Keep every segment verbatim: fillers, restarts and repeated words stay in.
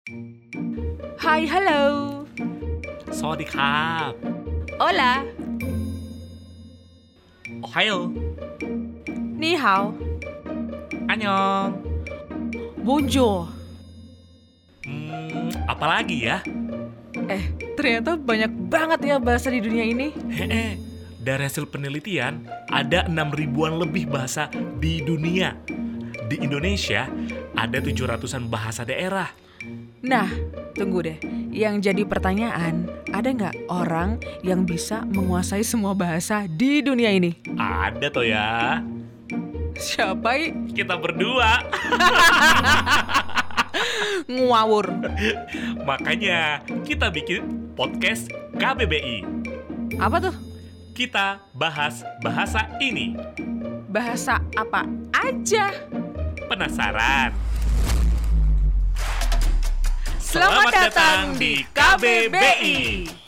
Hai, halo. สวัสดีครับ Hola. โอไฮโอ Ni hao. อันยอง Bonjour. Hmm, apa lagi ya? Eh, ternyata banyak banget ya bahasa di dunia ini. Hehe, dari hasil penelitian ada enam ribuan lebih bahasa di dunia. Di Indonesia ada tujuh ratusan bahasa daerah. Nah, tunggu deh. Yang jadi pertanyaan, ada nggak orang yang bisa menguasai semua bahasa di dunia ini? Ada toh ya. Siapa? I? Kita berdua. Ngawur. Makanya kita bikin podcast K B B I. Apa tuh? Kita bahas bahasa ini. Bahasa apa aja? Penasaran? Selamat datang di K B B I.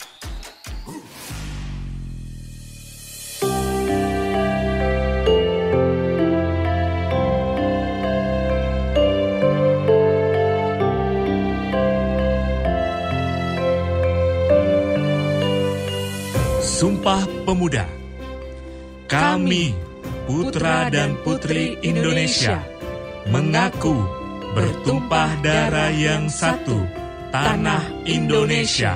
Sumpah Pemuda. Kami, putra dan putri Indonesia, mengaku bertumpah darah yang satu, tanah Indonesia.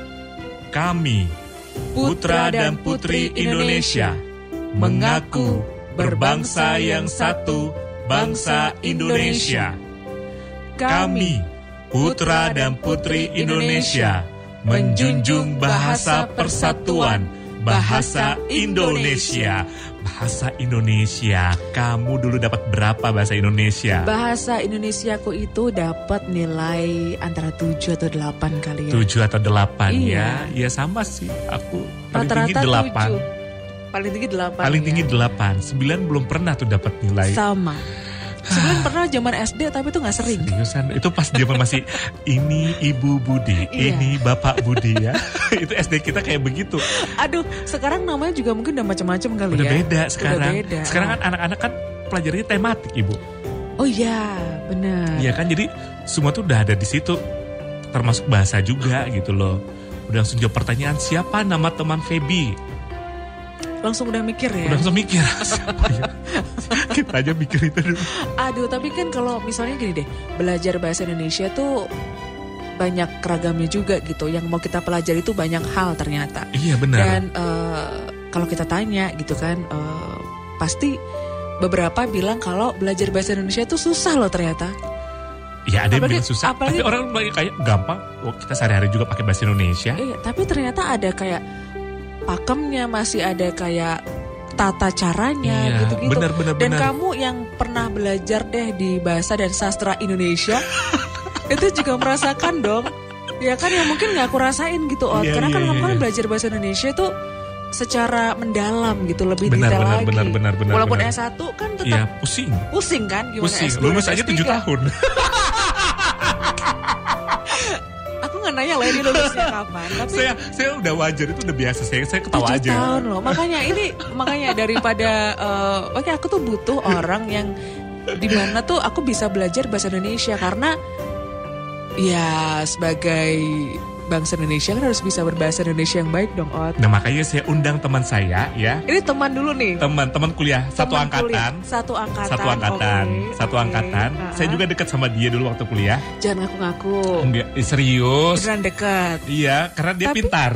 Kami, putra dan putri Indonesia, mengaku berbangsa yang satu, bangsa Indonesia. Kami, putra dan putri Indonesia, menjunjung bahasa persatuan, bahasa Indonesia. Bahasa Indonesia, kamu dulu dapat berapa bahasa Indonesia? Bahasa Indonesiaku itu dapat nilai antara tujuh atau delapan kali ya. tujuh atau delapan Iya. ya. Ya sama sih, aku paling Rata-rata tinggi delapan. tujuh. Paling tinggi delapan. Paling ya. tinggi delapan. sembilan belum pernah tuh dapat nilai. Sama. Sebenarnya pernah zaman S D tapi itu gak sering. Seriusan, itu pas zaman masih ini Ibu Budi, Iya. ini Bapak Budi ya. Itu S D kita kayak begitu. Aduh, sekarang namanya juga mungkin udah macam-macam kali Udah ya. beda sekarang. Udah beda. Sekarang kan anak-anak kan pelajarannya tematik, Ibu. Oh iya, benar. Iya kan, jadi semua tuh udah ada di situ. Termasuk bahasa juga gitu loh. Udah langsung jawab pertanyaan, siapa nama teman Feby? Langsung udah mikir ya. Udah langsung mikir. Siapa ya? Kita aja mikir itu dulu. Aduh, tapi kan kalau misalnya gini deh, belajar bahasa Indonesia tuh banyak keragamnya juga gitu. Yang mau kita pelajari itu banyak hal ternyata. Iya benar. Dan uh, kalau kita tanya gitu kan, uh, pasti beberapa bilang kalau belajar bahasa Indonesia itu susah loh ternyata. Ya ada yang Apalagi- bilang susah, apalagi- tapi orang kayak gampang. Oh, kita sehari-hari juga pakai bahasa Indonesia. Iya, tapi ternyata ada kayak pakemnya, masih ada kayak tata caranya Iya, gitu-gitu. benar-benar Dan benar. kamu yang pernah belajar deh di bahasa dan sastra Indonesia, itu juga merasakan dong. Ya kan yang mungkin nggak aku rasain gitu, Ot. Iya, Karena iya, kan kamu iya, kan iya. belajar bahasa Indonesia tuh secara mendalam gitu, lebih Benar, detail benar, lagi. benar, benar, benar, Walaupun benar. S satu kan tetap Iya, pusing. pusing kan, gimana Pusing. S dua, Lulus aja S tiga. tujuh tahun. Aku nggak nanya loh ini lulusnya kapan, tapi saya saya udah wajar, itu udah biasa. Saya saya ketawa tujuh aja. tahun loh. Makanya ini makanya daripada uh, oke aku tuh butuh orang yang dimana tuh aku bisa belajar bahasa Indonesia, karena ya sebagai bangsa Indonesia kan harus bisa berbahasa Indonesia yang baik dong, Ot. Nah makanya saya undang teman saya ya, Ini teman dulu nih. teman-teman kuliah satu Teman angkatan. kuliah. Satu angkatan. Satu angkatan, Oke, satu oke. angkatan. Uh-uh. Saya juga dekat sama dia dulu waktu kuliah. Jangan ngaku-ngaku. Enggak, eh, serius. Beneran dekat. Iya, karena dia Tapi- pintar.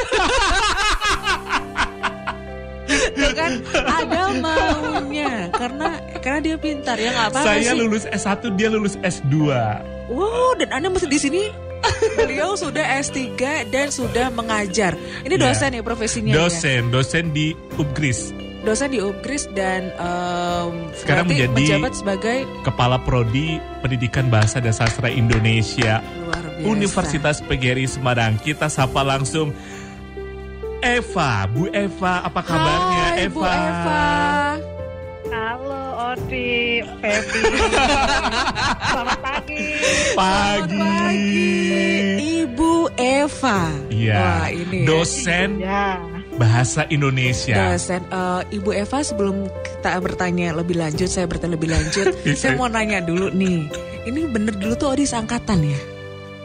Tuh kan ada maunya karena karena dia pintar ya, nggak apa-apa Saya sih. lulus S satu, dia lulus S dua. Wow, dan Anda masih di sini? Beliau sudah S tiga dan sudah mengajar. Ini Iya. dosen ya profesinya ya? Dosen, dosen di Upgris. Dosen di Upgris dan um, Sekarang berarti menjadi- menjabat sebagai Kepala Prodi Pendidikan Bahasa dan Sastra Indonesia, luar biasa. Universitas P G R I Semarang. Kita sapa langsung Eva. Bu Eva, apa kabarnya? Hai, Eva. Bu Eva. Halo Odi, Feby. Selamat pagi. Pagi. Selamat pagi, Ibu Eva. Iya. Wah, ini ya. Dosen Ya, Bahasa Indonesia. Dosen, eh, Ibu Eva, sebelum kita bertanya lebih lanjut, saya bertanya lebih lanjut, Iya. saya mau nanya dulu nih. Ini bener dulu tuh Odi seangkatan ya?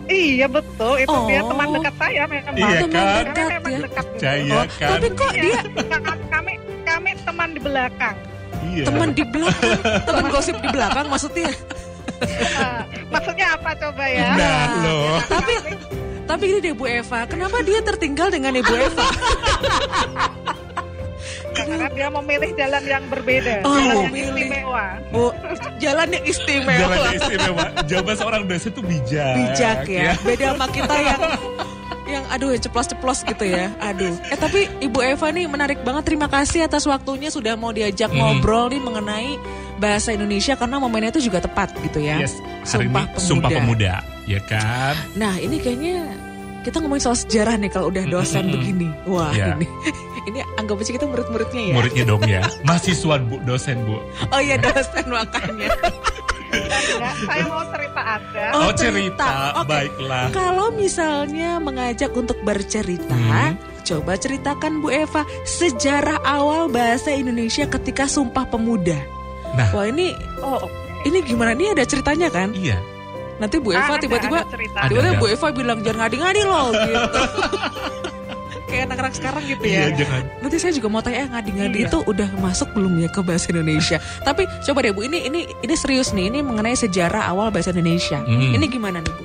Iya betul, itu Oh. dia teman dekat saya memang. Iya Teman kan? dekat Kami memang ya. dekat gitu. Percaya Oh, kan? tapi kok Iya, dia kami kami teman di belakang. Iya. teman di belakang, teman gosip di belakang maksudnya. Ah, maksudnya apa coba ya? Nah, loh. Tapi tapi ini deh Bu Eva, kenapa dia tertinggal dengan Ibu Eva? Karena dia memilih jalan yang berbeda, Oh, jalan yang memilih. istimewa. Oh, jalan yang istimewa. Jalan istimewa. Jawaban seorang dosen tuh bijak. Bijak ya. Beda sama kita yang yang aduh ceplos-ceplos gitu ya. Aduh. Eh tapi Ibu Eva nih menarik banget. Terima kasih atas waktunya sudah mau diajak Hmm. ngobrol nih mengenai bahasa Indonesia karena momennya itu juga tepat gitu ya. Yes, hari Sumpah ini Pemuda. Sumpah Pemuda, ya kan? Nah, ini kayaknya kita ngomongin soal sejarah nih kalau udah dosen Mm-mm. begini. Wah, Ya. ini ini anggap aja kita murid-muridnya ya. Muridnya dong ya. Mahasiswa Bu, dosen Bu. Oh iya dosen makanya. Enggak, saya mau cerita ada. Oh, Oh, cerita. cerita. Oke. Baiklah. Kalau misalnya mengajak untuk bercerita, Hmm. coba ceritakan Bu Eva sejarah awal bahasa Indonesia ketika Sumpah Pemuda. Nah, Wah ini Oh, oke. ini gimana nih ada ceritanya kan? iya. Nanti Bu Eva Ada, tiba-tiba ada cerita. Ada. tiba-tiba Bu Eva bilang jangan ngadi-ngadi loh gitu. Kayak anak-anak sekarang gitu ya. Iya, jangan. Nanti saya juga mau tanya eh, ngadi-ngadi Iya. itu udah masuk belum ya ke bahasa Indonesia? Tapi coba deh Bu, ini ini ini serius nih, ini mengenai sejarah awal bahasa Indonesia. Hmm. Ini gimana nih Bu?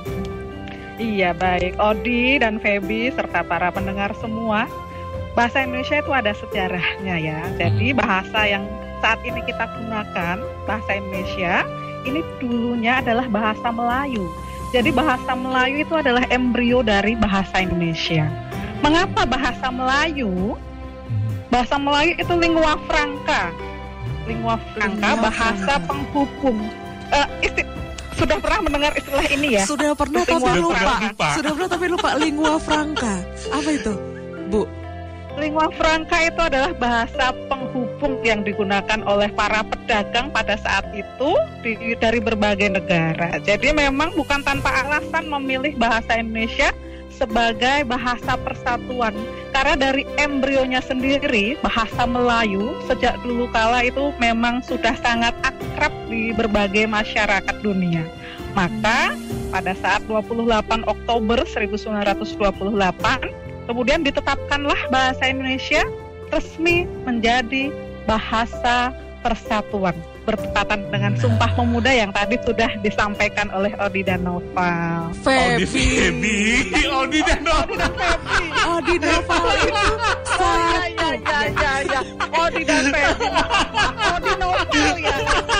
Iya baik, Odi dan Feby serta para pendengar semua, bahasa Indonesia itu ada sejarahnya ya. Jadi bahasa yang saat ini kita gunakan, bahasa Indonesia, ini dulunya adalah bahasa Melayu. Jadi bahasa Melayu itu adalah embrio dari bahasa Indonesia. Mengapa bahasa Melayu? Hmm. Bahasa Melayu itu lingua franca. Lingua franca, Lingua bahasa franca. penghubung. Eh, isti- sudah pernah mendengar istilah ini ya? Sudah pernah tapi Lingua lupa. franca. lupa. Sudah pernah tapi lupa lingua franca. Apa itu, Bu? Lingua franca itu adalah bahasa penghubung yang digunakan oleh para pedagang pada saat itu di, dari berbagai negara. Jadi memang bukan tanpa alasan memilih bahasa Indonesia sebagai bahasa persatuan. Karena dari embrionya sendiri, bahasa Melayu sejak dulu kala itu memang sudah sangat akrab di berbagai masyarakat dunia. Maka pada saat dua puluh delapan Oktober seribu sembilan ratus dua puluh delapan, kemudian ditetapkanlah bahasa Indonesia resmi menjadi bahasa persatuan, bertepatan dengan Nah. Sumpah Pemuda yang tadi sudah disampaikan oleh Odi dan Noval. Odi Feby. Feby. Odi dan Nova. Odi Noval itu Oh ya ya ya ya ya. Odi dan Feby. Odi Noval ya.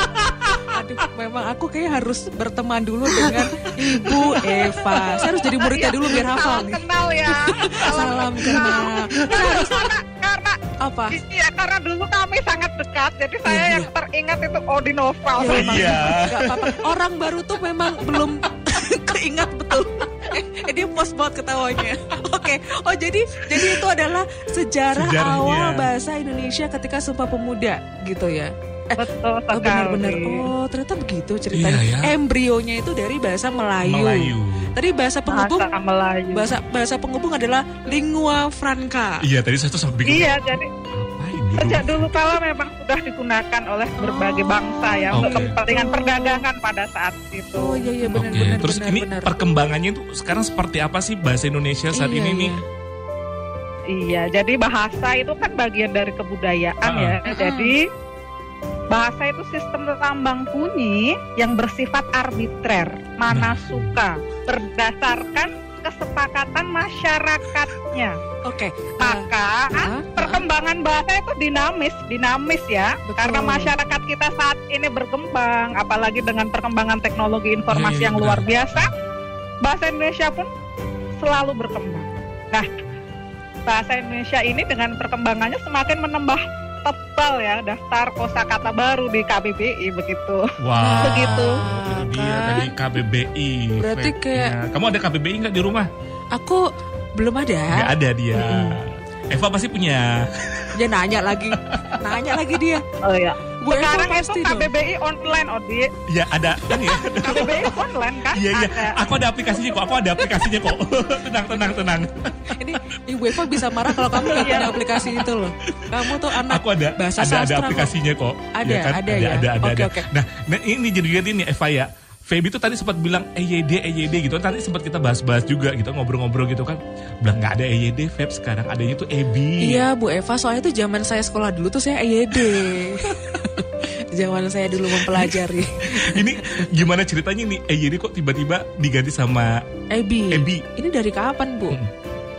Aduh, memang aku kayak harus berteman dulu dengan Ibu Eva. Saya harus jadi muridnya dulu biar hafal Salam nih. kenal ya. Salam kenal. Saya harus Karena, karena apa? iya, karena dulu kami sangat dekat, jadi saya Iya. yang teringat itu Odi Noval. Ya, memang. Iya. Gak apa-apa. Orang baru tuh memang belum keingat betul. Eh, eh, dia pos banget ketawanya. Oke. Oh jadi jadi itu adalah sejarah Sejarahnya. awal bahasa Indonesia ketika Sumpah Pemuda gitu ya. Betul Oh sekali. benar-benar. Oh ternyata begitu ceritanya. Iya, ya. Embrionya itu dari bahasa Melayu. Melayu. Tadi bahasa penghubung Bahasa Melayu. bahasa bahasa penghubung adalah lingua franca. Iya, tadi saya tuh sampai bingung. Iya, jadi Apa ini? sejak dulu kala memang sudah digunakan oleh berbagai Oh, bangsa ya untuk oke. kepentingan perdagangan pada saat itu. Oh iya iya Oke, benar-benar terus benar, ini benar. perkembangannya itu sekarang seperti apa sih bahasa Indonesia saat Iya, ini nih? iya. Iya, jadi bahasa itu kan bagian dari kebudayaan Ah. ya. Ah. Jadi bahasa itu sistem lambang bunyi yang bersifat arbitrer, mana Nah. suka, berdasarkan kesepakatan masyarakatnya. Oke. eh, Maka ah, perkembangan bahasa itu dinamis, dinamis ya. Betul. Karena masyarakat kita saat ini berkembang, apalagi dengan perkembangan teknologi informasi Iya, iya, yang benar. luar biasa, bahasa Indonesia pun selalu berkembang. Nah, bahasa Indonesia ini dengan perkembangannya semakin menambah tebal ya daftar kosakata baru di K B B I begitu. Wah. Begitu. Itu dia Kan? tadi K B B I. Berarti Fake-nya. kayak- Kamu ada K B B I nggak di rumah? Aku belum ada. Nggak ada dia. Mm-mm. Eva pasti punya. Dia nanya lagi, nanya lagi dia. Oh ya. Bu Eva Sekarang itu pasti K B dong. B I online, Odi. Ya ada ini ya. K B B I online kan? Iya iya. Ada. Aku ada aplikasinya kok. Aku ada aplikasinya kok. tenang tenang tenang. Ini Ibu Eva bisa marah kalau kamu nggak Iya. punya aplikasi itu loh. Kamu tuh anak Aku ada bahasa ada, ada sastra kok. aplikasinya kok. Ada, Ya kan? ada ada, ya. ada, ada, Oke, ada. oke. Nah, nah ini jadi lihat ini Eva ya. Feby tuh tadi sempat bilang E Y D, E Y D gitu. Tadi sempat kita bahas-bahas juga gitu, ngobrol-ngobrol gitu kan. Bilang nggak ada E Y D, Feb, sekarang adanya tuh E B. Iya Bu Eva, soalnya tuh zaman saya sekolah dulu tuh saya E Y D. Zaman saya dulu mempelajari. Ini gimana ceritanya nih, E Y D kok tiba-tiba diganti sama E B. E B? Ini dari kapan Bu? Hmm.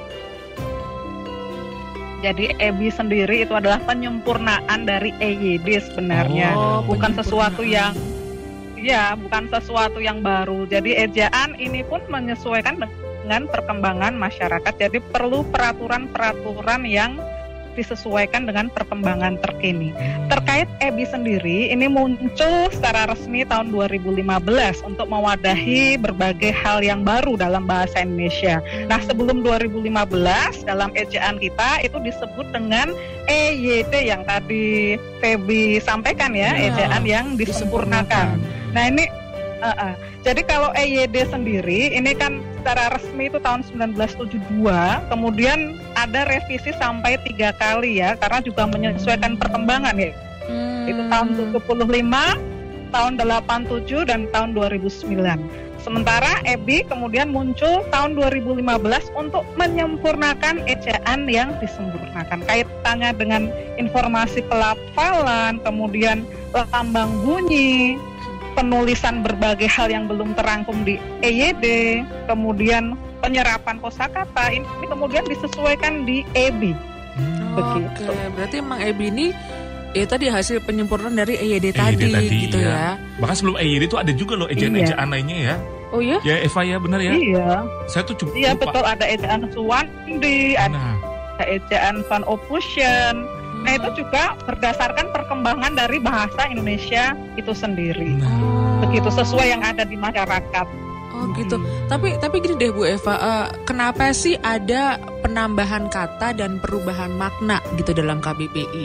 Jadi E B sendiri itu adalah penyempurnaan dari E Y D sebenarnya, Oh, bukan penyempurnaan. sesuatu yang ya, bukan sesuatu yang baru. Jadi ejaan ini pun menyesuaikan dengan perkembangan masyarakat. Jadi perlu peraturan-peraturan yang disesuaikan dengan perkembangan terkini. Terkait E B sendiri, ini muncul secara resmi tahun dua ribu lima belas untuk mewadahi berbagai hal yang baru dalam bahasa Indonesia. Nah, sebelum dua ribu lima belas dalam ejaan kita itu disebut dengan E Y D yang tadi Feby sampaikan ya, Ya, ejaan yang disempurnakan. Nah, ini uh, uh. jadi kalau E Y D sendiri ini kan secara resmi itu tahun sembilan belas tujuh puluh dua, kemudian ada revisi sampai tiga kali ya, karena juga menyesuaikan perkembangan ya. Hmm. Itu tahun tujuh puluh lima, tahun delapan puluh tujuh, dan tahun dua ribu sembilan. Sementara E B kemudian muncul tahun dua ribu lima belas untuk menyempurnakan ejaan yang disempurnakan. Kaitannya dengan informasi pelafalan, kemudian lambang bunyi, penulisan berbagai hal yang belum terangkum di E Y D, kemudian penyerapan kosakata, ini kemudian disesuaikan di E B. Begitu. Oke, berarti emang E B ini ya tadi hasil penyempurnaan dari E Y D E Y D tadi, tadi, gitu ya. ya. Bahkan sebelum E Y D itu ada juga loh ejaan-ejaan lainnya ya. Oh ya? Ya Eva ya, benar ya. Iya, Saya tuh cuma iya lupa. betul, ada ejaan Suwandi, ada Nah, ejaan Van Opushen. Nah, itu juga berdasarkan perkembangan dari bahasa Indonesia itu sendiri. nah. Begitu sesuai yang ada di masyarakat. Oh gitu. Tapi tapi gini deh Bu Eva, eh, kenapa sih ada penambahan kata dan perubahan makna gitu dalam K B B I?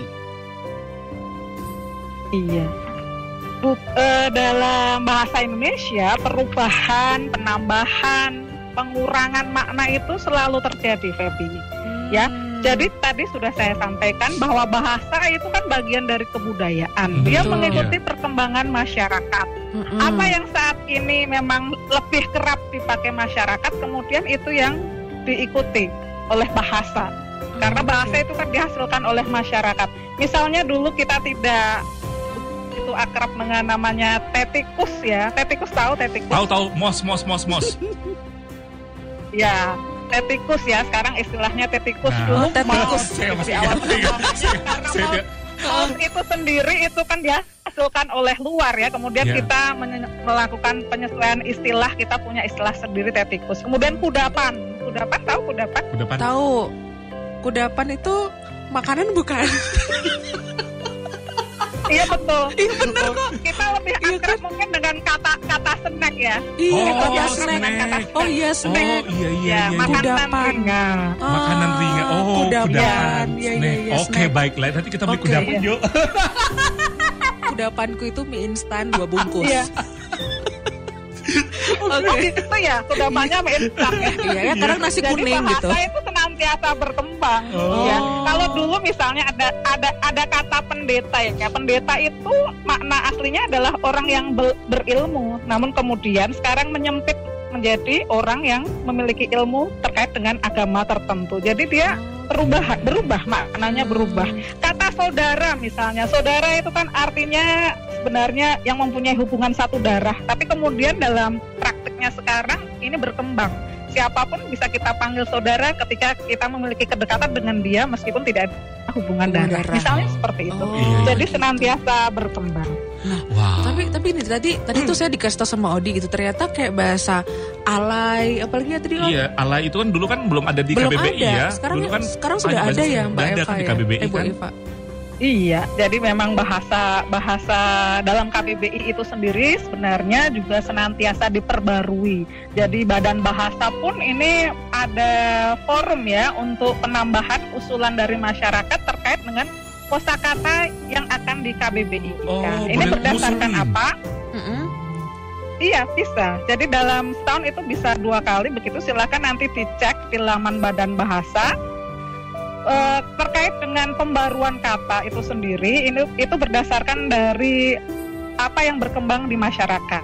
Iya. Bu, eh, dalam bahasa Indonesia, perubahan, penambahan, pengurangan makna itu selalu terjadi, Feby. Ya, Hmm. jadi tadi sudah saya sampaikan bahwa bahasa itu kan bagian dari kebudayaan. Dia Betul. mengikuti perkembangan masyarakat. Mm-mm. Apa yang saat ini memang lebih kerap dipakai masyarakat, kemudian itu yang diikuti oleh bahasa. Karena bahasa itu kan dihasilkan oleh masyarakat. Misalnya dulu kita tidak itu akrab dengan namanya tetikus ya. Tetikus tahu tetikus? Tahu tahu mos mos mos mos. Ya, tetikus ya. Sekarang istilahnya tetikus. Nah, Dulu oh, tetikus. mouse. Saya masih Di awal ingat, ingat. perkembangannya, Saya- karena saya mouse- tidak- mouse itu sendiri itu kan dihasilkan oleh luar ya. Kemudian Ya. kita menye- melakukan penyesuaian istilah. Kita punya istilah sendiri tetikus. Kemudian kudapan. Kudapan tahu kudapan? Udah pan. Tahu. Kudapan itu makanan bukan? Iya betul. Iya benar kok. Kita lebih Iya akrab mungkin dengan kata kata snack ya. Iya, Oh, oh, iya snack. snack. Oh iya Oh snack. iya iya Ya, iya. makanan Kudapan. ringan. Makanan Ah, ringan. Oh, kudapan. kudapan. Iya, iya, Snack. iya, Oke, snack. baiklah. Nanti kita beli Oke, kudapan iya. yuk. Kudapanku itu mie instan dua bungkus. Iya. Oke. Oh gitu ya, kudapannya mie instan ya. Iya ya, kadang nasi Jadi kuning bahasa gitu. itu senantiasa berkembang. Oh. Ya. Kalau dulu misalnya ada ada ada kata pendeta ya. Pendeta itu makna aslinya adalah orang yang ber- berilmu. Namun kemudian sekarang menyempit menjadi orang yang memiliki ilmu terkait dengan agama tertentu. Jadi dia berubah berubah maknanya berubah. Kata saudara misalnya, saudara itu kan artinya sebenarnya yang mempunyai hubungan satu darah, tapi kemudian dalam praktiknya sekarang ini berkembang. Siapapun bisa kita panggil saudara ketika kita memiliki kedekatan dengan dia meskipun tidak ada hubungan Hubungan darah. darah. Misalnya seperti itu. Oh, Iya, iya. Jadi senantiasa berkembang. Wow. Tapi tapi ini tadi tadi tuh saya dikasih tau sama Odi gitu, ternyata kayak bahasa alay, apalagi ya tadi Od? Iya, ala itu kan dulu kan belum ada di belum K B B I ada. ya. Sekarang dulu kan sekarang sudah hanya ada bahasa- ya Mbak udah ada Eva kan di ya. K B B I Eh, Bu kan. Eva. Iya, jadi memang bahasa bahasa dalam K B B I itu sendiri sebenarnya juga senantiasa diperbarui. Jadi Badan Bahasa pun ini ada forum ya untuk penambahan usulan dari masyarakat terkait dengan kosakata yang akan di K B B I. Oh, ini boleh berdasarkan ngusulin. apa? Mm-mm. Iya bisa. Jadi dalam setahun itu bisa dua kali begitu. Silakan nanti dicek di laman Badan Bahasa. Eh, terkait dengan pembaruan kata itu sendiri, ini itu berdasarkan dari apa yang berkembang di masyarakat. Hmm.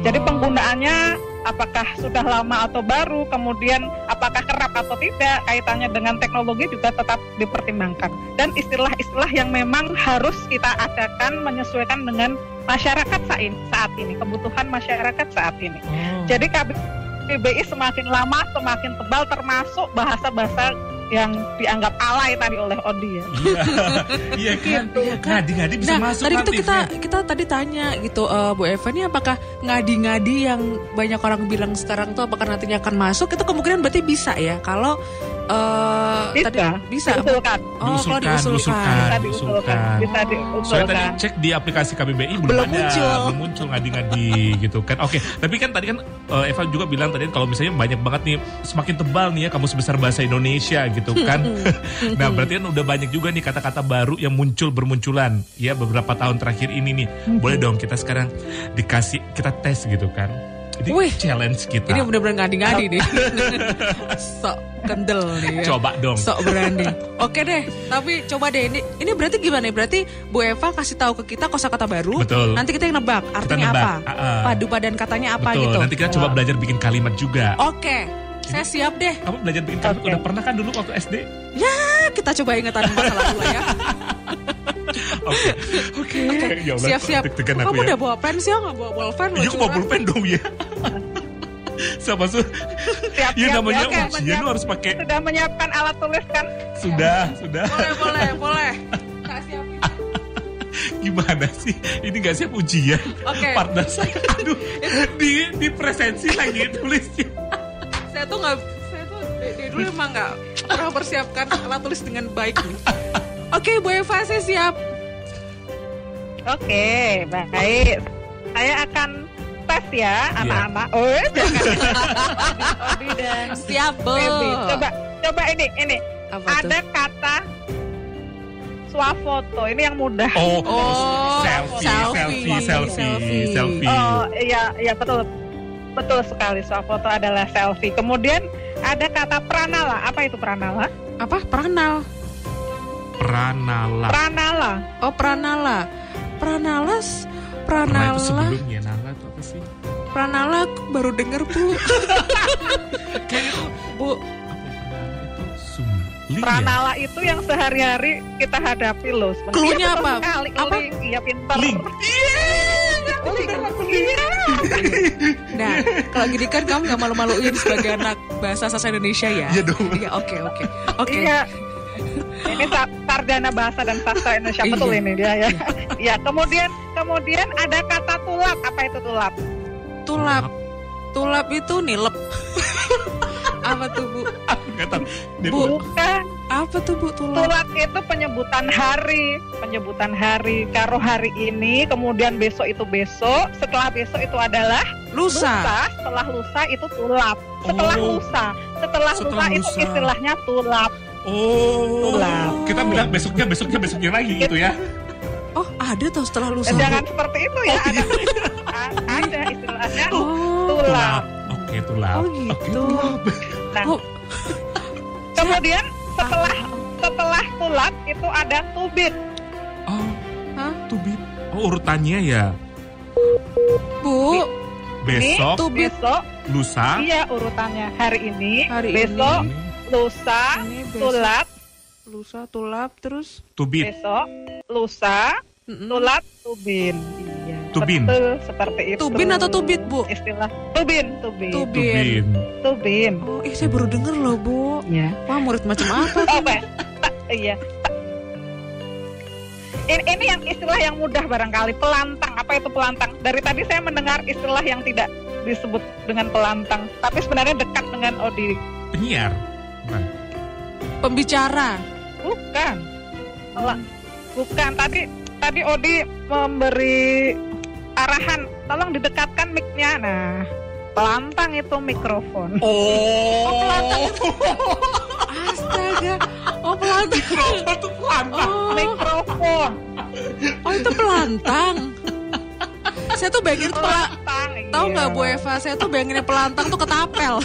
Jadi penggunaannya apakah sudah lama atau baru, kemudian apakah kerap atau tidak, kaitannya dengan teknologi juga tetap dipertimbangkan. Dan istilah-istilah yang memang harus kita adakan menyesuaikan dengan masyarakat saat ini, kebutuhan masyarakat saat ini. Oh. Jadi K B B I semakin lama semakin tebal, termasuk bahasa-bahasa yang dianggap alay tadi oleh Odi ya. Iya, iya kan. Ngadi-ngadi bisa Nah, masuk tadi itu nanti, kita Feb. kita tadi tanya gitu, eh, Bu Eva ini apakah ngadi-ngadi yang banyak orang bilang sekarang tuh apakah nantinya akan masuk? Itu kemungkinan berarti bisa ya kalau eh, Bisa, tadi bisa. diusulkan. Oh, kalau Diusulkan, diusulkan. diusulkan. Bisa diusulkan. Bisa Soalnya tadi diusulkan. cek di aplikasi K B B I belum, Belum ada, muncul. belum muncul ngadi-ngadi gitu kan. Oke, tapi kan tadi kan uh, Eva juga bilang tadi kalau misalnya banyak banget nih, semakin tebal nih ya kamus besar bahasa Indonesia gitu kan. Nah, berarti kan udah banyak juga nih kata-kata baru yang muncul bermunculan ya beberapa tahun terakhir ini nih. Boleh dong kita sekarang dikasih, kita tes gitu kan. Ini Wih, challenge kita. Ini benar-benar ngadi-ngadi nih. Sok kendel nih ya. Coba dong. Sok berani. Oke deh, tapi coba deh ini ini berarti gimana ya? Berarti Bu Eva kasih tahu ke kita kosakata baru. Betul. Nanti kita yang nebak artinya nebak. apa? Ah-ah. Padu padan katanya apa Betul, gitu. nanti kita coba belajar bikin kalimat juga. Oke, saya siap deh. Kamu belajar bikin kalimat Oke. udah pernah kan dulu waktu S D? Ya, kita coba ingatan masa lalu lah ya. Oke. Oke. Ya Allah, Siap-siap. deg-degan aku Kamu ya. udah bawa pen sih, nggak bawa bolpen? Iya, aku bawa pulpen dong ya. Sama su. Siap, Ya siap, namanya oke, ujian lu harus pakai. Sudah menyiapkan alat tulis kan? Sudah, sudah. Boleh, boleh, boleh. Tak siapin. Gimana sih? Ini gak siap ujian. Oke. Partner saya, aduh, di di presensi lagi tulisnya. Saya tuh nggak, saya tuh dari dulu emang nggak pernah persiapkan alat tulis dengan baik nih. Oke, Bu Eva, saya siap. Oke, baik. Saya akan tes ya, anak-anak. Oh, jangan. Odi dan Siap, Bu. Feby. Coba, coba ini, ini. Apa tuh? Ada kata swafoto. Ini yang mudah. Oh, Oh, selfie, selfie, selfie, selfie, selfie. selfie. Oh, iya, iya betul. Betul sekali, swafoto adalah selfie. Kemudian ada kata pranala. Apa itu pranala? Apa? Pranal. Pranala. Pranala. Oh, pranala. Pranalas, Pranala itu pranala, sebelumnya, Nala itu apa sih? pranala. Aku baru denger, Bu. Kayak itu Bu, apa ya, Pranala itu Sumling ya? Pranala itu yang sehari-hari kita hadapi loh. Sebenarnya Clue-nya betul apa? sekali. Apa? Link. Iya, pinter. Link. Link. Iya. nah, kalau gini kan kamu gak malu-maluin sebagai anak bahasa sastra Indonesia ya? Iya dong. Iya, oke, oke. Oke. Iya. Ini sa- sarjana bahasa dan sastra Indonesia betul Iya. ini dia ya. Ya, kemudian kemudian ada kata tulap. Apa itu tulap? Tulap. Tulap itu nilep. Apa tuh, Bu? Aku nggak tahu. Dia Bu. tuh- Bukan. Apa tuh, Bu, tulap? Tulap itu penyebutan hari, penyebutan hari. Karo hari ini, kemudian besok itu besok, setelah besok itu adalah Lusa. lusa, setelah lusa itu tulap. Setelah Oh. lusa, setelah, Setelah lusa, itu lusa. istilahnya tulap. Oh, Tulap. kita bilang besoknya, besoknya, besoknya lagi gitu ya. Oh, ada tuh setelah lusa. Dan jangan seperti itu ya, ada a- ada istilahnya Oh. tulap. Oke, tulap. Oh, Oke, gitu. tulap. Nah, Oh. kemudian setelah setelah tulap itu ada tubit. Oh, Hah? tubit. Oh, urutannya ya. Bu, Besok, tubit. Besok, lusa, iya urutannya. Hari ini, Hari besok, ini, lusa, Ini besok. tulap, Lusa, tulap, terus tubit. besok, lusa, Mm-mm. tulap, tubin. Iya. Tubin. Betul, seperti itu. Tubin atau tubit, Bu? Istilah tubin, tubin, Tubin. Tubin. tubin. Oh, eh saya baru denger loh, Bu. Ya. Wah, murid macam apa? Oke, Ta- iya. Ta- Ini, ini yang istilah yang mudah barangkali, pelantang. Apa itu pelantang? Dari tadi saya mendengar istilah yang tidak disebut dengan pelantang, tapi sebenarnya dekat dengan Odi. Penyiar. Bukan. Pembicara. Bukan. Alah, bukan. Tadi tadi Odi memberi arahan, tolong didekatkan mic-nya. Nah, pelantang itu mikrofon. Oh, Astaga. Oh, pelantang. mikrofon tuh pelantang. Oh, Mikrofon. oh itu pelantang. Saya tuh bayangin tuh pela- Pelantang. tahu iya. nggak Bu Eva? Saya tuh bayanginnya pelantang tuh ketapel.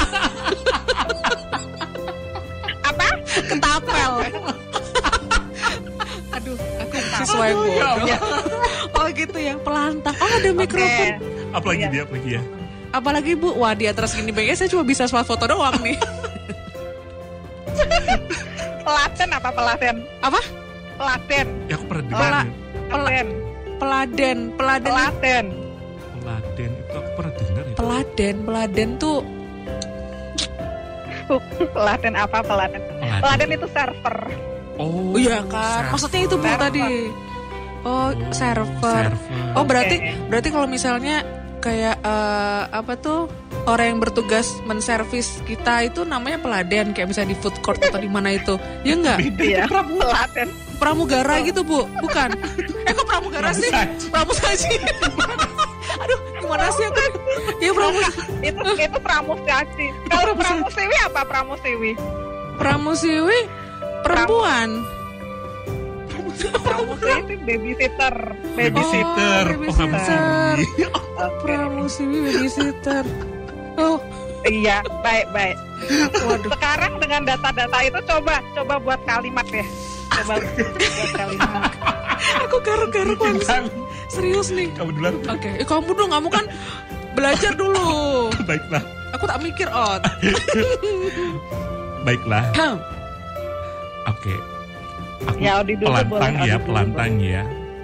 Apa? Ketapel. Aduh, aku siswa yang Aduh, ya bodoh. Allah. Oh gitu ya, pelantang. Oh ada mikrofon. Apalagi Iya. dia, apalagi ya. Apalagi Bu, wah di atas gini B saya cuma bisa swap foto doang nih. Pelaten apa pelaten? Apa? Pelaten. Ya aku pernah Pela- dengar. Pelaten. Peladen, peladen, Pelaten. Peladen itu aku pernah dengar itu. peladen, peladen tuh Pelaten apa pelaten? Peladen. Pelaten itu server. Oh, iya kan, maksudnya itu Bu Server. tadi. Oh, server. server. Oh berarti Oke. berarti kalau misalnya kayak eh, apa tuh orang yang bertugas menservis kita itu namanya peladen kayak misalnya di food court atau di mana itu, ya enggak? Iya. Pelaten. Pramugara gitu Bu, bukan? Eh kok pramugara sih? Pramusaji. Aduh, gimana sih aku? Ya pramus, Itu itu pramusaji. Kalau pramusiwi apa pramusiwi? pramusiwi perempuan. Pramusiwi itu babysitter. Babysitter. Oh, babysitter. Oke. Pramusiwi babysitter. Oh, Iya, baik baik. waduh. Sekarang dengan data-data itu coba coba buat kalimat ya. Coba buat kalimat. Aku garuk-garuk langsung. Serius nih. Kamu duluan. Oke, eh, kamu dong, kamu kan belajar dulu. Baiklah, Aku tak mikir, Ot. baiklah. Oke. Aku Ya, Odi dulu pelantang boleh, ya, Odi dulu pelantang ya.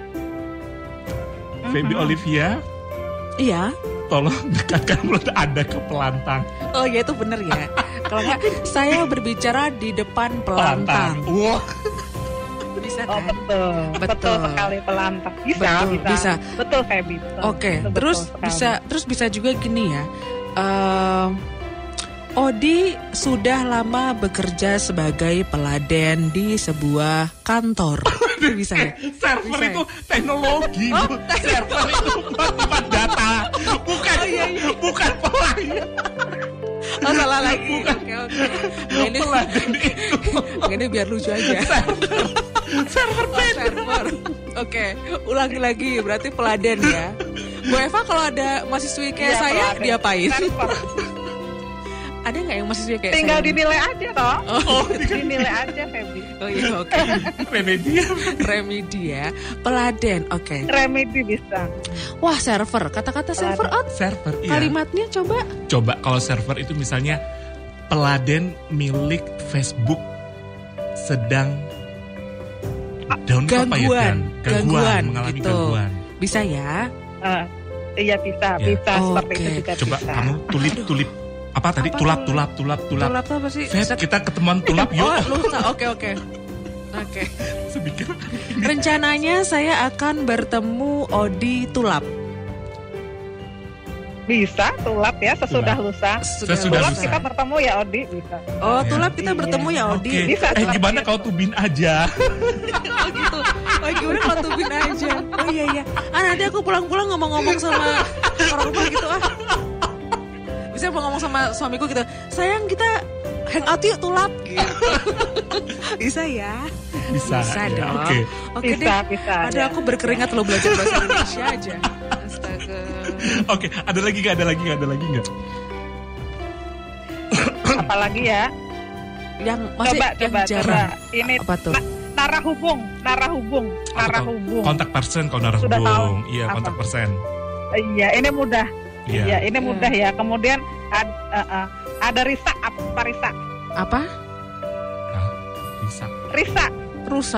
Feby Mhm. Olivia, Iya. tolong dekatkan mulut Anda ke pelantang. Oh ya itu bener ya. Kalau enggak, saya berbicara di depan pelantang. Wah, Bisa Oh kan? betul, betul, Betul. sekali pelantang. Bisa, Betul, bisa, bisa. Betul, Feby. betul. Oke, Betul, terus betul sekali. bisa terus bisa juga gini ya. Ehm, Odi sudah lama bekerja sebagai peladen di sebuah kantor. Itu bisa ya? server Bisa ya? itu teknologi. Oh, Bu. Server itu tempat data, bukan bukan pelayan. Oh salah lagi. Oke oke. Nah, ini Pelayan itu ini biar lucu aja. server Oh, server. Oke, ulangi lagi. Berarti peladen ya. Bu Eva kalau ada mahasiswi kayak Iya, saya peladen. diapain? Server. Ada nggak yang mahasiswi kayak Tinggal saya? dinilai aja toh. Oh, Dinilai aja, Feby. oh iya oke. Remedia. Remedia, peladen. Oke. Remedi bisa. Wah server. Kata-kata server out. Server, iya. Kalimatnya coba. Coba kalau server itu misalnya peladen milik Facebook sedang down apa ya, Gangguan. Dan? Gangguan, Gangguan, mengalami gitu. gangguan. Bisa ya. Eh, iya bisa, Ya. bisa Oke. seperti itu juga Coba bisa. kamu tulip-tulip apa tadi Apa tulap tuh? tulap tulap tulap. Tulap tuh apa sih? Feb, Set- kita ketemuan tulap yuk. Oh lupa. Oke oke. Oke. Semikir. Rencananya saya akan bertemu Odi Tulap. Bisa tulap ya sesudah lusa. Sesudah Tulap lusa. kita bertemu ya Odi, bisa. Oh Ya. Tulap kita Iya. bertemu ya Oke. Odi. Bisa, Eh tulap gimana gitu. kalau tubin aja? Oh gitu. Oh gimana kalau tubin aja. Oh iya iya. Ah nanti aku pulang-pulang ngomong-ngomong sama orang rumah gitu ah. Bisa mau ngomong sama suamiku gitu. Sayang kita hangout yuk Tulap gitu. Bisa ya. Bisa. Bisa ya, dong. Oke. Oke Bisa, deh. bisa. Aduh ya. aku berkeringat loh belajar bahasa Indonesia aja. Astaga. Oke, ada lagi nggak? Ada lagi nggak? Ada lagi nggak? Apalagi ya? Yang masih Coba, yang coba, jarang. coba. Ini Apa tuh? na- narah hubung, narah hubung, narah Apa tuh? hubung. Kontak person kalau narah Sudah tahu. hubung. Iya, Apa? kontak person. Iya, ini mudah. Iya. Iya, ini Iya. mudah ya. Kemudian ad, eh, eh, ada Risa, apa Risa? Apa? Nah, bisa. Risa, Rusa.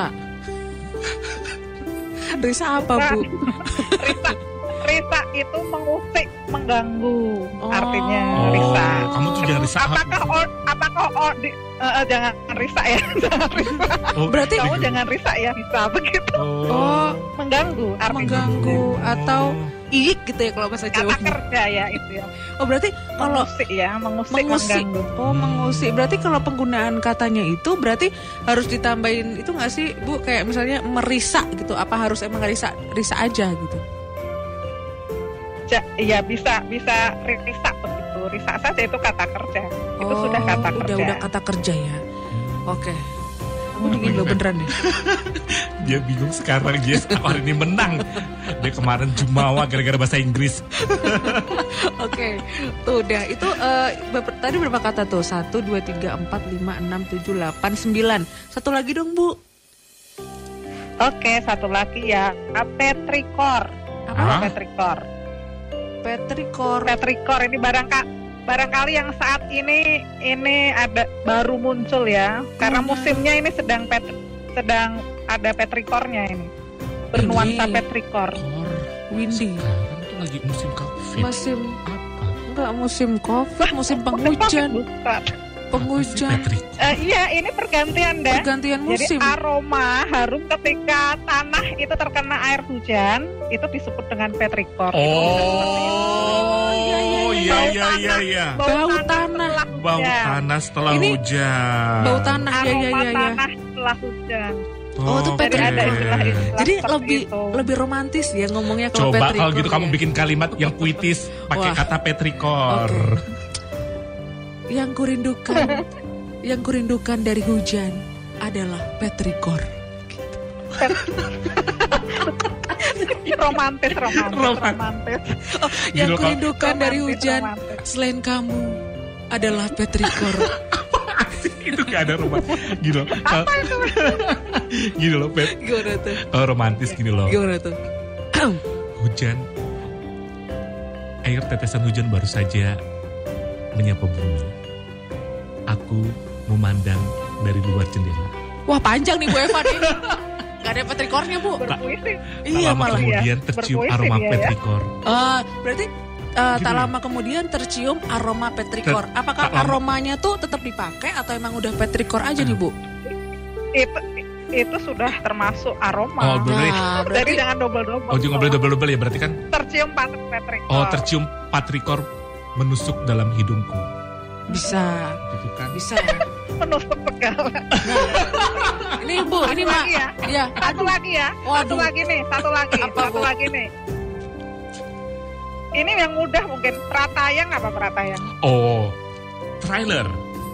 Risa apa bu? Risa, Risa itu mengusik, mengganggu. Oh. Artinya Oh, Risa. kamu tuh jangan risah. Apakah or, apakah or, di, eh, eh, jangan Risa ya, jangan Risa. Oh, Berarti Kamu jangan Risa ya, bisa begitu. Oh, Mengganggu, artinya mengganggu atau iik gitu ya kalau bahasa kata Jawa. kerja ya itu ya. Oh berarti kalau Mengusik ya, mengusik, mengusik, mengganggu. oh mengusik. Berarti kalau penggunaan katanya itu berarti harus ditambahin itu nggak sih bu? Kayak misalnya merisa gitu. Apa harus emang risa risa aja gitu? Ja, iya bisa, bisa Risa begitu. Risa saja itu kata kerja. Itu Oh, sudah kata udah kerja. udah kata kerja ya. Oke. Aku dingin loh beneran deh. Dia bingung sekarang, dia hari ini menang. Dia kemarin jumawa gara-gara bahasa Inggris. Oke, tuh udah itu eh, beber- tadi berapa kata tuh? Satu, dua, tiga, empat, lima, enam, tujuh, delapan, sembilan. Satu lagi dong bu. Oke, satu lagi ya. Petrikor. Apa? Petrichor. Petrichor. Petrichor ini barangka, barangkali yang saat ini ini ada baru muncul ya, karena Hmm. musimnya ini sedang pet, sedang ada petrichornya ini. Bernuansa Ini. petrichor. Kor. Windy. Sekarang tuh lagi musim COVID. Musim Apa? enggak musim COVID, musim penghujan. Bukan. Penghujan. Patrick. Eh, iya, ini pergantian dah. Pergantian Jadi musim. aroma harum ketika tanah itu terkena air hujan itu disebut dengan petrichor. Oh, iya, iya, iya iya iya iya. Bau tanah. setelah Bau hujan. tanah setelah Ini hujan. Bau tanah ya Aroma ya ya ya. tanah setelah hujan. Oh, itu Oke. Jadi ada istilah-istilah Jadi seperti lebih itu. lebih romantis ya ngomongnya kalau Coba petrichor. kalau gitu kamu ya. bikin kalimat yang puitis pakai Wah. kata petrichor. Oke. Yang kurindukan, yang kurindukan dari hujan adalah petrichor. romantis, romantis, Romantis. romantis. Yang Gitu, Kak. kurindukan dari Romantis, hujan romantis. selain kamu adalah petrichor. Itu gak ada rumah. Gini loh. Apa itu? Gini loh, Pep. Gimana tuh? Oh, romantis gini loh. Gimana tuh? Hujan. Air tetesan hujan baru saja menyapa bumi. Aku memandang dari luar jendela. Wah panjang nih Bu Eva nih. Gak ada petrichornya Bu. Berpuisi. Iya Tak lama malah. kemudian ya. tercium Berpuisi aroma dia ya. petrichor. Ah, berarti uh, tak Gini. lama kemudian tercium aroma petrichor. Ter- Apakah tak lama. aromanya tuh tetap dipakai atau emang udah petrichor aja nih Bu? Itu itu sudah termasuk aroma. Oh, berarti- Nah, Jadi berarti jangan double-double. Oh, jangan boleh double-double ya, berarti kan. Tercium patrik petrichor. Oh, tercium petrichor menusuk dalam hidungku. bisa, Gitu kan. bisa. Menusuk segala. Ini Bu, Satu ini lagi Mak. ya. Ya, Satu lagi ya. Satu Waduh. lagi nih, satu lagi, Apa, satu Bu? lagi nih. Ini yang mudah mungkin. Pratayang apa pratayang? Oh, trailer.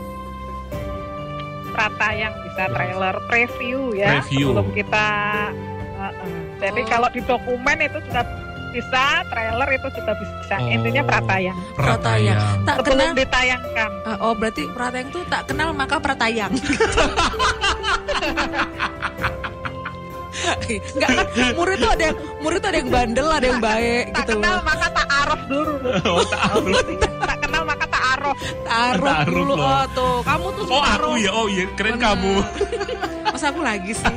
Pratayang bisa trailer preview ya. Preview. Sebelum kita. uh, uh. Jadi Oh. kalau di dokumen itu juga bisa, trailer itu juga bisa. Oh. Intinya pratayang. Pratayang. Tak Sebelum kenal. ditayangkan. Ah, oh, berarti pratayang tuh tak kenal maka pratayang. Enggak kan murid tuh ada yang murid tuh ada yang bandel, ada yang baik Tak gitu kenal loh. maka tak araf dulu. Oh, ta'aruf. Tak kenal maka tak araf. Taruh Taruh dulu. loh. Oh, tuh. Kamu tuh Oh, aku taruh. ya. Oh, iya, keren Bener. kamu. Masa aku lagi sih.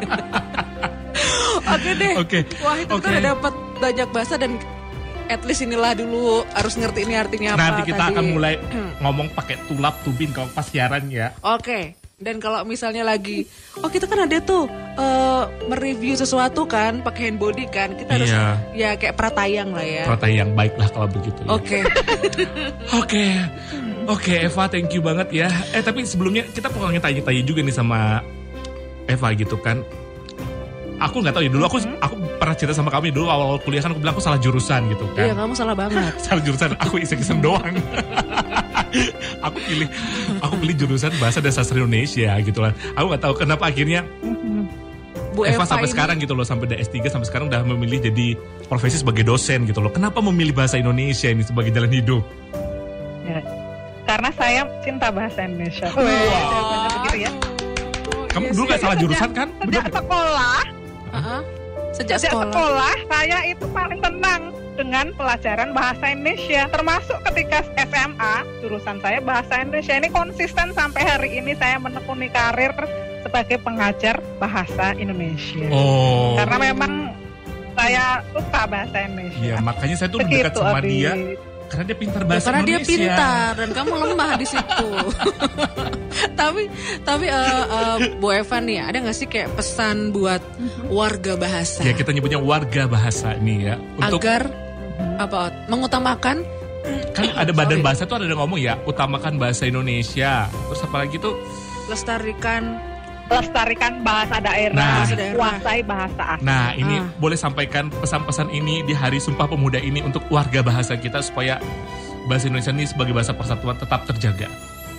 Oke deh. Oke. Wah, itu Oke. kita udah dapat banyak bahasa dan at least inilah dulu harus ngerti ini artinya apa Nanti kita tadi. akan mulai ngomong pakai tulap tubin kalau pas siaran ya. Oke. Dan kalau misalnya lagi, oh kita kan ada tuh eh, mereview sesuatu kan, pakai hand body kan, kita harus Iya. ya kayak pratayang lah ya. Prata yang baiklah kalau begitu. Ya. Oke. Oke. Oke, Eva, thank you banget ya. Eh, tapi sebelumnya kita pokoknya tanya-tanya juga nih sama Eva gitu kan. Aku nggak tahu ya, dulu aku aku pernah cerita sama kami dulu awal kuliah kan aku bilang aku salah jurusan gitu Iya kan. kamu salah banget. Salah jurusan, aku iseng-iseng doang. aku pilih aku pilih jurusan bahasa dan sastra Indonesia gitu lah. Aku nggak tahu kenapa akhirnya Bu Eva, Eva, sampai ini, sekarang gitu loh, sampai udah S tiga sampai sekarang udah memilih jadi profesi sebagai dosen gitu loh. Kenapa memilih bahasa Indonesia ini sebagai jalan hidup? Ya. Karena saya cinta bahasa Indonesia. Wow. Jawabannya begitu ya. Aduh, Kamu iya dulu sih. nggak salah jurusan kan? Sejak Bener. sekolah, Uh-uh. Sejak, sejak sekolah. sekolah saya itu paling tenang dengan pelajaran bahasa Indonesia. Termasuk ketika S M A, jurusan saya bahasa Indonesia. Ini konsisten sampai hari ini saya menekuni karir sebagai pengajar bahasa Indonesia. Oh. Karena memang saya suka bahasa Indonesia. Iya, makanya saya tuh dekat Begitu, sama Abi. dia karena dia pintar Ya, bahasa karena dia Indonesia. pintar dan kamu lemah di situ. tapi tapi eh, eh, Bu Eva nih ada nggak sih kayak pesan buat warga bahasa Ya, kita nyebutnya warga bahasa nih ya. Untuk agar apa mengutamakan kan ada badan Sorry. bahasa tuh ada yang ngomong ya, utamakan bahasa Indonesia. Terus apalagi tuh lestarikan Lestarikan bahasa daerah, Nah. Bahasa daerah. kuasai bahasa asing. nah, ini Ah. boleh sampaikan pesan-pesan ini di Hari Sumpah Pemuda ini untuk warga bahasa kita supaya bahasa Indonesia ini sebagai bahasa persatuan tetap terjaga.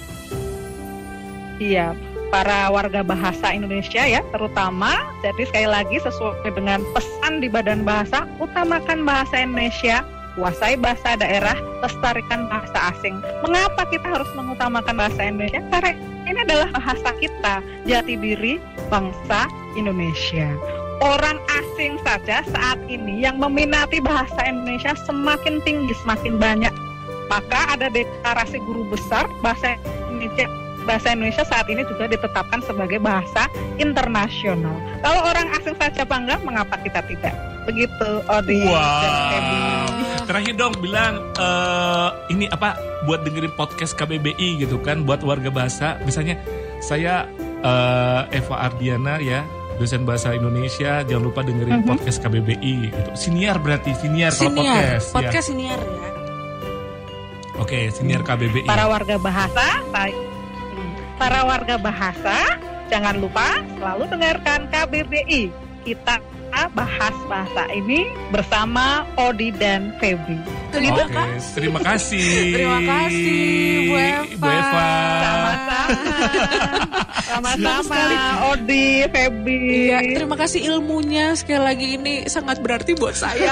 Iya, para warga bahasa Indonesia ya terutama. Jadi sekali lagi sesuai dengan pesan di Badan Bahasa, utamakan bahasa Indonesia, kuasai bahasa daerah, lestarikan bahasa asing. Mengapa kita harus mengutamakan bahasa Indonesia? Karena ini adalah bahasa kita, jati diri bangsa Indonesia. orang asing saja saat ini yang meminati bahasa Indonesia semakin tinggi, semakin banyak. Maka ada deklarasi guru besar bahasa Indonesia. Bahasa Indonesia saat ini juga ditetapkan sebagai bahasa internasional. Kalau orang asing saja bangga, mengapa kita tidak? Begitu, Odi. Wow. Terakhir dong bilang uh, ini apa buat dengerin podcast K B B I gitu kan, buat warga bahasa. Misalnya saya uh, Eva Ardiana ya, dosen bahasa Indonesia, jangan lupa dengerin uh-huh. podcast K B B I gitu. Siniar berarti siniar, kalau podcast. Podcast ya. siniar ya. Oke, siniar K B B I. Para warga bahasa, para warga bahasa, jangan lupa selalu dengarkan K B B I. Kita bahas bahasa ini bersama Odi dan Feby. Oke, okay. Terima kasih. Terima kasih, Bu Eva. Bu Eva. Sama-sama. Sama-sama, Odi, Feby. Iya, terima kasih ilmunya. Sekali lagi ini sangat berarti buat saya.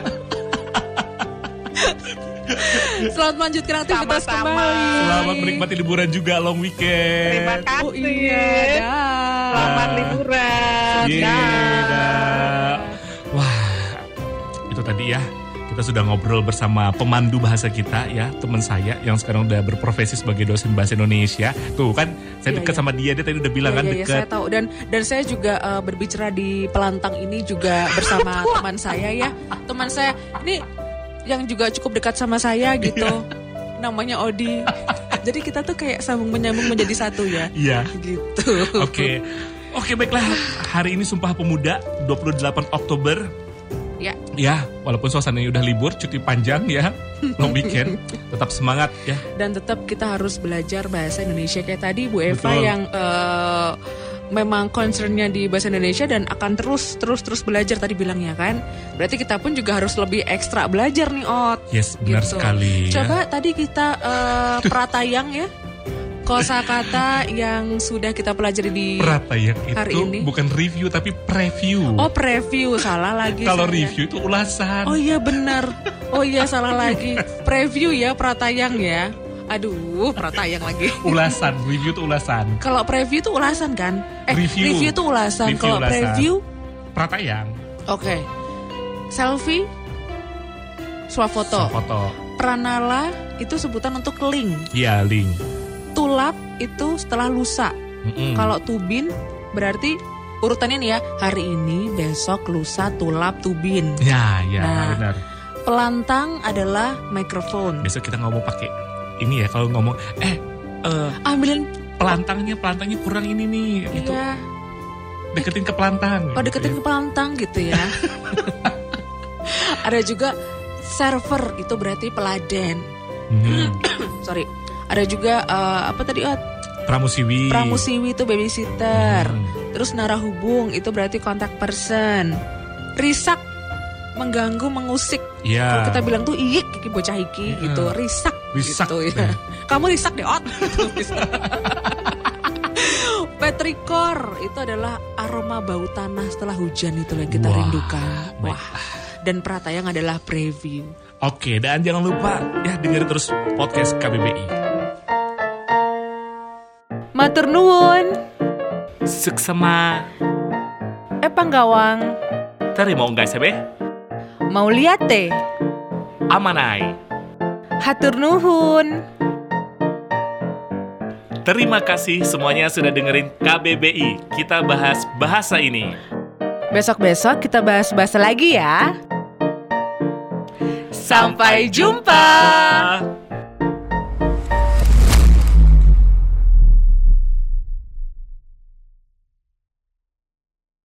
Selamat melanjutkan aktivitas Sama-sama. kembali. Selamat menikmati liburan juga, long weekend. Terima kasih. Oh iya, dah. Selamat liburan. Yeah, dah. Wah, itu tadi ya. Kita sudah ngobrol bersama pemandu bahasa kita ya, teman saya yang sekarang udah berprofesi sebagai dosen bahasa Indonesia. Tuh kan, saya Iya, dekat iya. sama dia, dia tadi udah bilang Iya, kan iya, iya, dekat. saya tahu dan dan saya juga uh, berbicara di Pelantang ini juga bersama teman saya ya. Teman saya ini yang juga cukup dekat sama saya gitu. Namanya Odi. Jadi kita tuh kayak sambung menyambung menjadi satu ya. Iya. Gitu. Oke. Oke, baiklah. Hari ini Sumpah Pemuda dua puluh delapan Oktober. Ya. Ya, walaupun suasananya udah libur, cuti panjang ya, long weekend, tetap semangat ya. Dan tetap kita harus belajar bahasa Indonesia kayak tadi Bu Eva Betul. yang uh, memang concernnya di bahasa Indonesia dan akan terus terus terus belajar tadi bilangnya kan. Berarti kita pun juga harus lebih ekstra belajar nih Ot. Yes, benar Gitu. sekali. Coba Ya. tadi kita uh, pratayang ya. Kosakata yang sudah kita pelajari di Pratayang hari itu ini. bukan review tapi preview. Oh preview, salah lagi. Kalau saya. review itu ulasan. Oh iya benar. Oh iya salah lagi. Preview ya pratayang ya. Aduh pratayang lagi. Ulasan, review itu ulasan. Kalau preview itu ulasan kan? Eh Review. review itu ulasan. Review Kalau ulasan. preview, Pratayang. oke. Selfie, swafoto. Foto. Pranala itu sebutan untuk link. Iya, link. Tulap itu setelah lusa. Mm-mm. Kalau tubin berarti urutannya nih ya, hari ini, besok, lusa, tulap, tubin. Ya, ya, Nah. benar. Pelantang adalah mikrofon. Besok kita ngomong pakai ini ya, kalau ngomong eh eh, Ambilin, pelantangnya, pelantangnya kurang ini nih gitu. iya. Deketin ke pelantang. Oh deketin ke pelantang gitu ya. Ada juga server, itu berarti peladen. Hmm. Sorry. Ada juga uh, apa tadi? Oh, Pramusiwi. pramusiwi itu babysitter. Hmm. Terus narahubung itu berarti contact person. Risak, mengganggu, mengusik. Iya. Kalau kita bilang tuh iyik, kiki bocah iki Iya. gitu. Risak, Risak, gitu ya. ya. Kamu risak deh, Ot. Petrikor itu adalah aroma bau tanah setelah hujan itu yang kita Wah, rindukan. baik. Wah. Dan pratayang adalah preview. Oke, dan jangan lupa ya dengerin terus podcast K B B I. Matur nuwun, Suksema. Epang gawang, Terima enggak sebe? mau lihat teh, Amanai. hatur nuhun. Terima kasih semuanya sudah dengerin K B B I. Kita bahas bahasa ini. Besok-besok kita bahas bahasa lagi ya. Sampai jumpa.